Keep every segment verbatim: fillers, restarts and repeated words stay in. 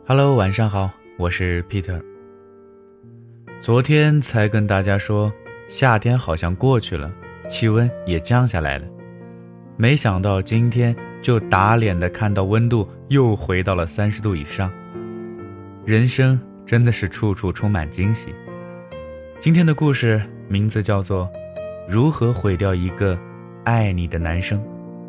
Hello， 晚上好，我是 Peter。昨天才跟大家说，夏天好像过去了，气温也降下来了。没想到今天就打脸的看到温度又回到了三十度以上。人生真的是处处充满惊喜。今天的故事名字叫做《如何毁掉一个爱你的男生》。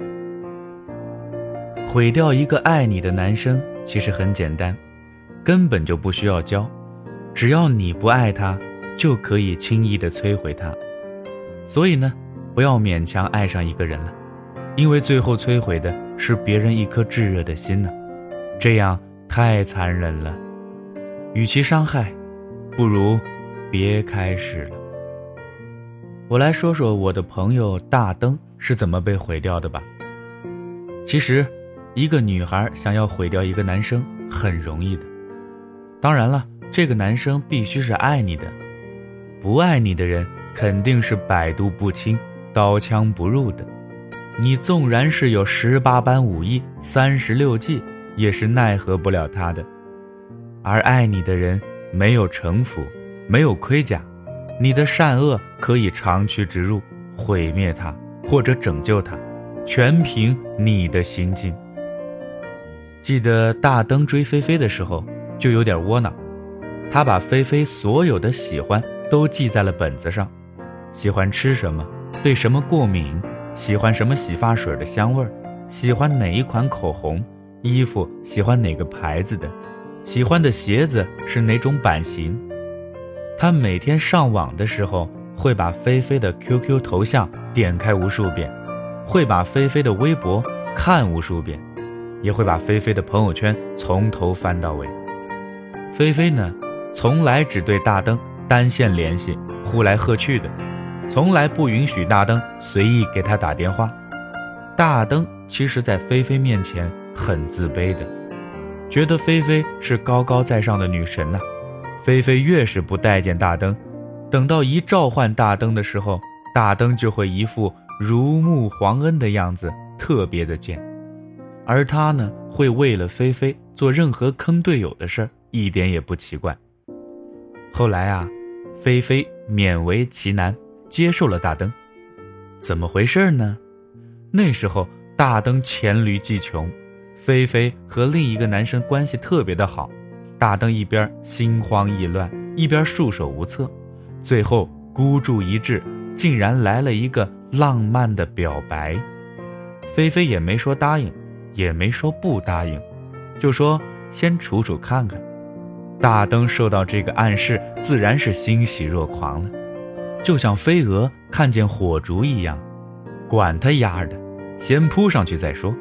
毁掉一个爱你的男生其实很简单，根本就不需要教，只要你不爱他，就可以轻易地摧毁他。所以呢，不要勉强爱上一个人了，因为最后摧毁的是别人一颗炙热的心呢，这样太残忍了。与其伤害，不如别开始了。我来说说我的朋友大灯是怎么被毁掉的吧。其实一个女孩想要毁掉一个男生很容易的，当然了，这个男生必须是爱你的，不爱你的人肯定是百毒不侵，刀枪不入的。你纵然是有十八般武艺，三十六计，也是奈何不了他的。而爱你的人没有城府，没有盔甲，你的善恶可以长驱直入，毁灭他或者拯救他，全凭你的心境。记得大灯追菲菲的时候就有点窝囊，他把菲菲所有的喜欢都记在了本子上，喜欢吃什么，对什么过敏，喜欢什么洗发水的香味，喜欢哪一款口红，衣服喜欢哪个牌子的，喜欢的鞋子是哪种版型。他每天上网的时候会把菲菲的 Q Q 头像点开无数遍，会把菲菲的微博看无数遍，也会把菲菲的朋友圈从头翻到尾。菲菲呢，从来只对大灯单线联系，呼来喝去的，从来不允许大灯随意给他打电话。大灯其实在菲菲面前很自卑的，觉得菲菲是高高在上的女神呐、啊。菲菲越是不待见大灯，等到一召唤大灯的时候，大灯就会一副如沐皇恩的样子，特别的贱。而他呢，会为了菲菲做任何坑队友的事儿，一点也不奇怪。后来啊，菲菲勉为其难接受了大灯。怎么回事呢？那时候大灯黔驴技穷，菲菲和另一个男生关系特别的好，大灯一边心慌意乱，一边束手无策，最后孤注一掷，竟然来了一个浪漫的表白。菲菲也没说答应，也没说不答应，就说先处处看看。大灯受到这个暗示，自然是欣喜若狂了，就像飞蛾看见火烛一样，管他丫的，先扑上去再说。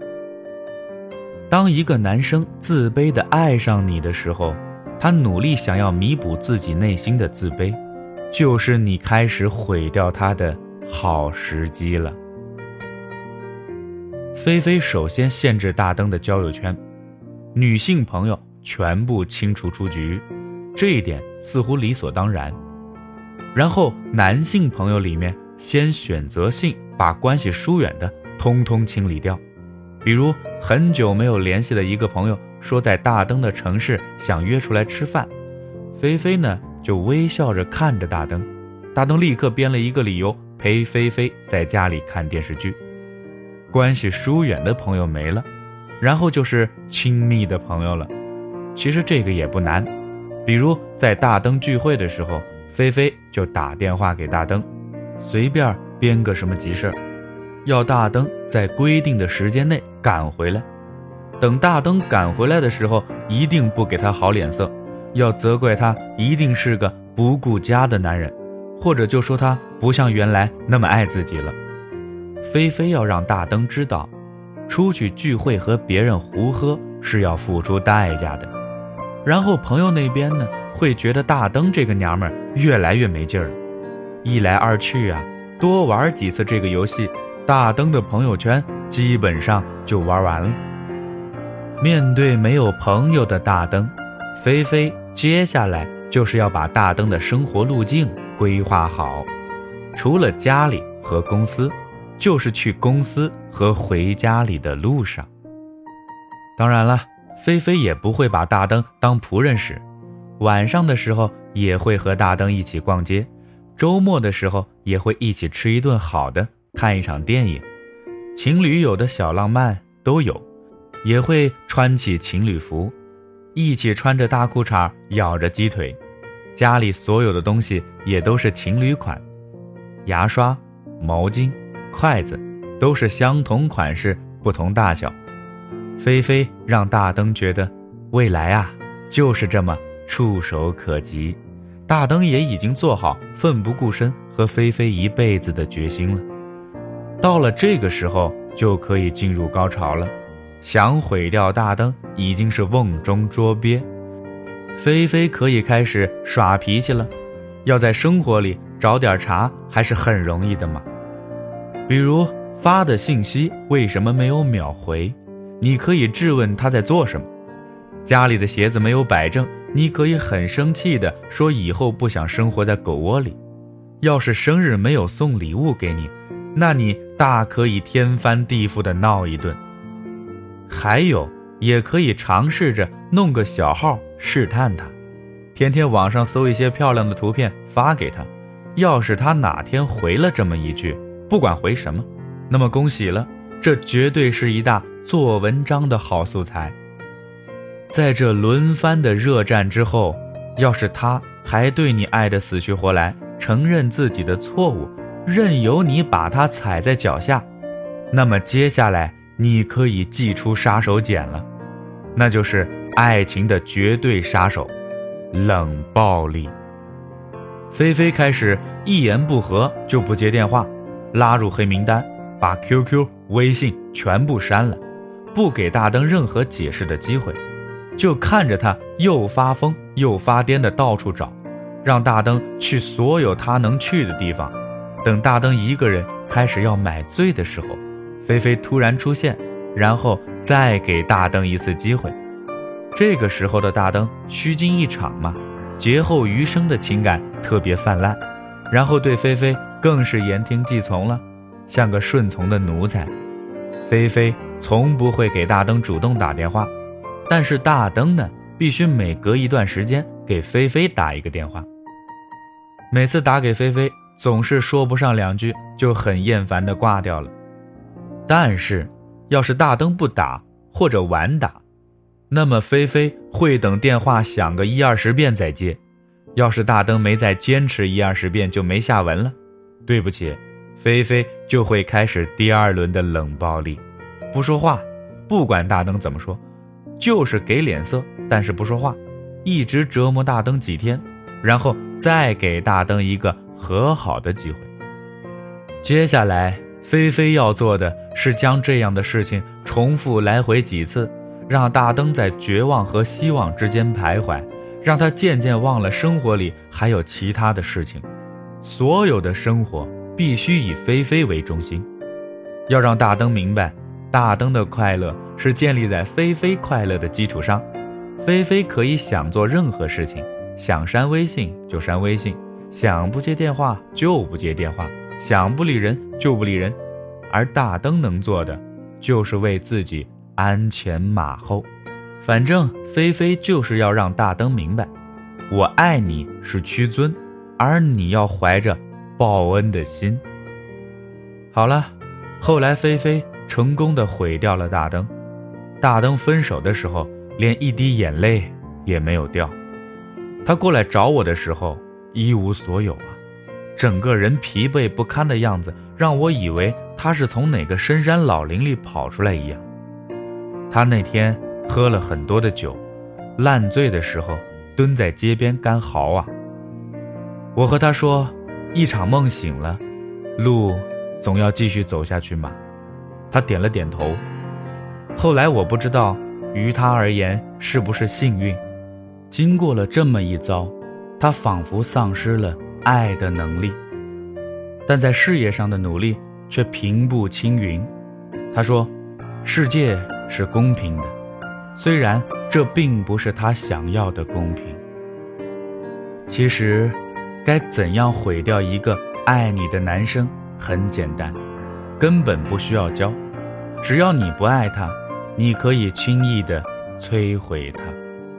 当一个男生自卑地爱上你的时候，他努力想要弥补自己内心的自卑，就是你开始毁掉他的好时机了。菲菲首先限制大灯的交友圈，女性朋友全部清除出局，这一点似乎理所当然。然后男性朋友里面先选择性把关系疏远的通通清理掉。比如很久没有联系的一个朋友说在大灯的城市想约出来吃饭，菲菲呢就微笑着看着大灯，大灯立刻编了一个理由陪菲菲在家里看电视剧。关系疏远的朋友没了，然后就是亲密的朋友了。其实这个也不难，比如在大灯聚会的时候，菲菲就打电话给大灯，随便编个什么急事儿，要大灯在规定的时间内赶回来。等大灯赶回来的时候，一定不给他好脸色，要责怪他一定是个不顾家的男人，或者就说他不像原来那么爱自己了。菲菲要让大灯知道，出去聚会和别人胡喝是要付出代价的。然后朋友那边呢，会觉得大灯这个娘们儿越来越没劲儿了。一来二去啊，多玩几次这个游戏，大灯的朋友圈基本上就玩完了。面对没有朋友的大灯，菲菲接下来就是要把大灯的生活路径规划好，除了家里和公司，就是去公司和回家里的路上。当然了， 菲菲也不会把大灯当仆人使，晚上的时候也会和大灯一起逛街，周末的时候也会一起吃一顿好的，看一场电影。情侣有的小浪漫都有，也会穿起情侣服，一起穿着大裤衩咬着鸡腿。家里所有的东西也都是情侣款，牙刷、毛巾、筷子都是相同款式不同大小。菲菲让大灯觉得未来啊就是这么触手可及，大灯也已经做好奋不顾身和菲菲一辈子的决心了。到了这个时候就可以进入高潮了，想毁掉大灯已经是瓮中捉鳖。菲菲可以开始耍脾气了，要在生活里找点茬还是很容易的嘛。比如发的信息为什么没有秒回，你可以质问他在做什么。家里的鞋子没有摆正，你可以很生气地说以后不想生活在狗窝里。要是生日没有送礼物给你，那你大可以天翻地覆地闹一顿。还有也可以尝试着弄个小号试探他，天天网上搜一些漂亮的图片发给他，要是他哪天回了这么一句，不管回什么，那么恭喜了，这绝对是一大做文章的好素材。在这轮番的热战之后，要是他还对你爱得死去活来，承认自己的错误，任由你把他踩在脚下，那么接下来你可以祭出杀手锏了，那就是爱情的绝对杀手——冷暴力。菲菲开始一言不合就不接电话，拉入黑名单，把 Q Q、微信全部删了，不给大灯任何解释的机会，就看着他又发疯又发癫的到处找，让大灯去所有他能去的地方。等大灯一个人开始要买醉的时候，菲菲突然出现，然后再给大灯一次机会。这个时候的大灯虚惊一场嘛，劫后余生的情感特别泛滥，然后对菲菲更是言听计从了，像个顺从的奴才。菲菲从不会给大灯主动打电话，但是大灯呢，必须每隔一段时间给菲菲打一个电话。每次打给菲菲，总是说不上两句就很厌烦地挂掉了。但是要是大灯不打或者晚打，那么菲菲会等电话响个一二十遍再接。要是大灯没再坚持一二十遍就没下文了，对不起，菲菲就会开始第二轮的冷暴力。不说话，不管大灯怎么说，就是给脸色，但是不说话，一直折磨大灯几天，然后再给大灯一个和好的机会。接下来菲菲要做的是将这样的事情重复来回几次，让大灯在绝望和希望之间徘徊，让他渐渐忘了生活里还有其他的事情。所有的生活必须以菲菲为中心，要让大灯明白，大灯的快乐是建立在菲菲快乐的基础上。菲菲可以想做任何事情，想删微信就删微信，想不接电话就不接电话，想不理人就不理人。而大灯能做的就是为自己鞍前马后。反正菲菲就是要让大灯明白，我爱你是屈尊，而你要怀着报恩的心。好了，后来菲菲成功地毁掉了大灯。大灯分手的时候连一滴眼泪也没有掉。他过来找我的时候一无所有啊，整个人疲惫不堪的样子让我以为他是从哪个深山老林里跑出来一样。他那天喝了很多的酒，烂醉的时候蹲在街边干嚎啊。我和他说，一场梦醒了，路总要继续走下去嘛。他点了点头。后来我不知道于他而言是不是幸运，经过了这么一遭，他仿佛丧失了爱的能力，但在事业上的努力却平步青云。他说，世界是公平的，虽然这并不是他想要的公平。其实该怎样毁掉一个爱你的男生很简单，根本不需要教，只要你不爱他，你可以轻易的摧毁它。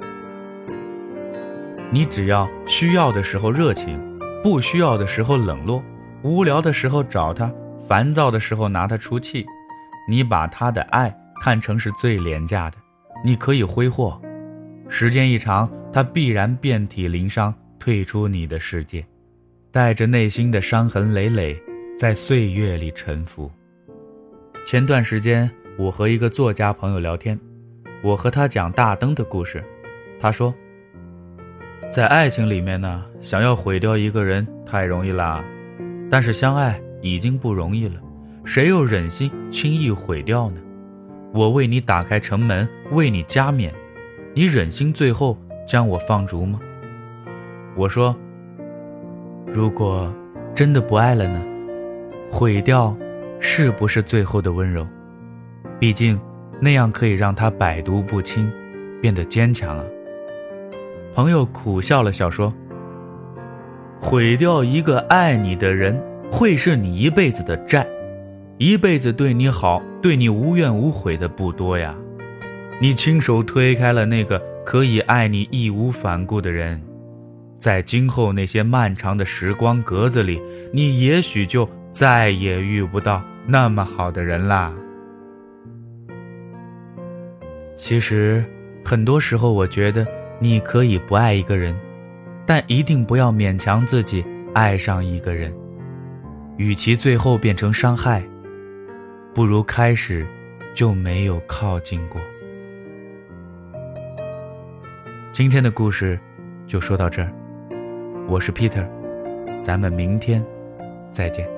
你只要需要的时候热情，不需要的时候冷落，无聊的时候找他，烦躁的时候拿他出气，你把他的爱看成是最廉价的，你可以挥霍，时间一长，他必然遍体鳞伤，退出你的世界，带着内心的伤痕累累，在岁月里沉浮。前段时间我和一个作家朋友聊天，我和他讲大灯的故事，他说，在爱情里面呢，想要毁掉一个人太容易啦，但是相爱已经不容易了，谁又忍心轻易毁掉呢？我为你打开城门，为你加冕，你忍心最后将我放逐吗？我说，如果真的不爱了呢？毁掉是不是最后的温柔？毕竟那样可以让他百毒不侵，变得坚强啊。朋友苦笑了笑说，毁掉一个爱你的人，会是你一辈子的债，一辈子对你好，对你无怨无悔的不多呀。你亲手推开了那个可以爱你义无反顾的人，在今后那些漫长的时光格子里，你也许就再也遇不到那么好的人啦。其实很多时候我觉得你可以不爱一个人，但一定不要勉强自己爱上一个人，与其最后变成伤害，不如开始就没有靠近过。今天的故事就说到这儿，我是 Peter， 咱们明天再见。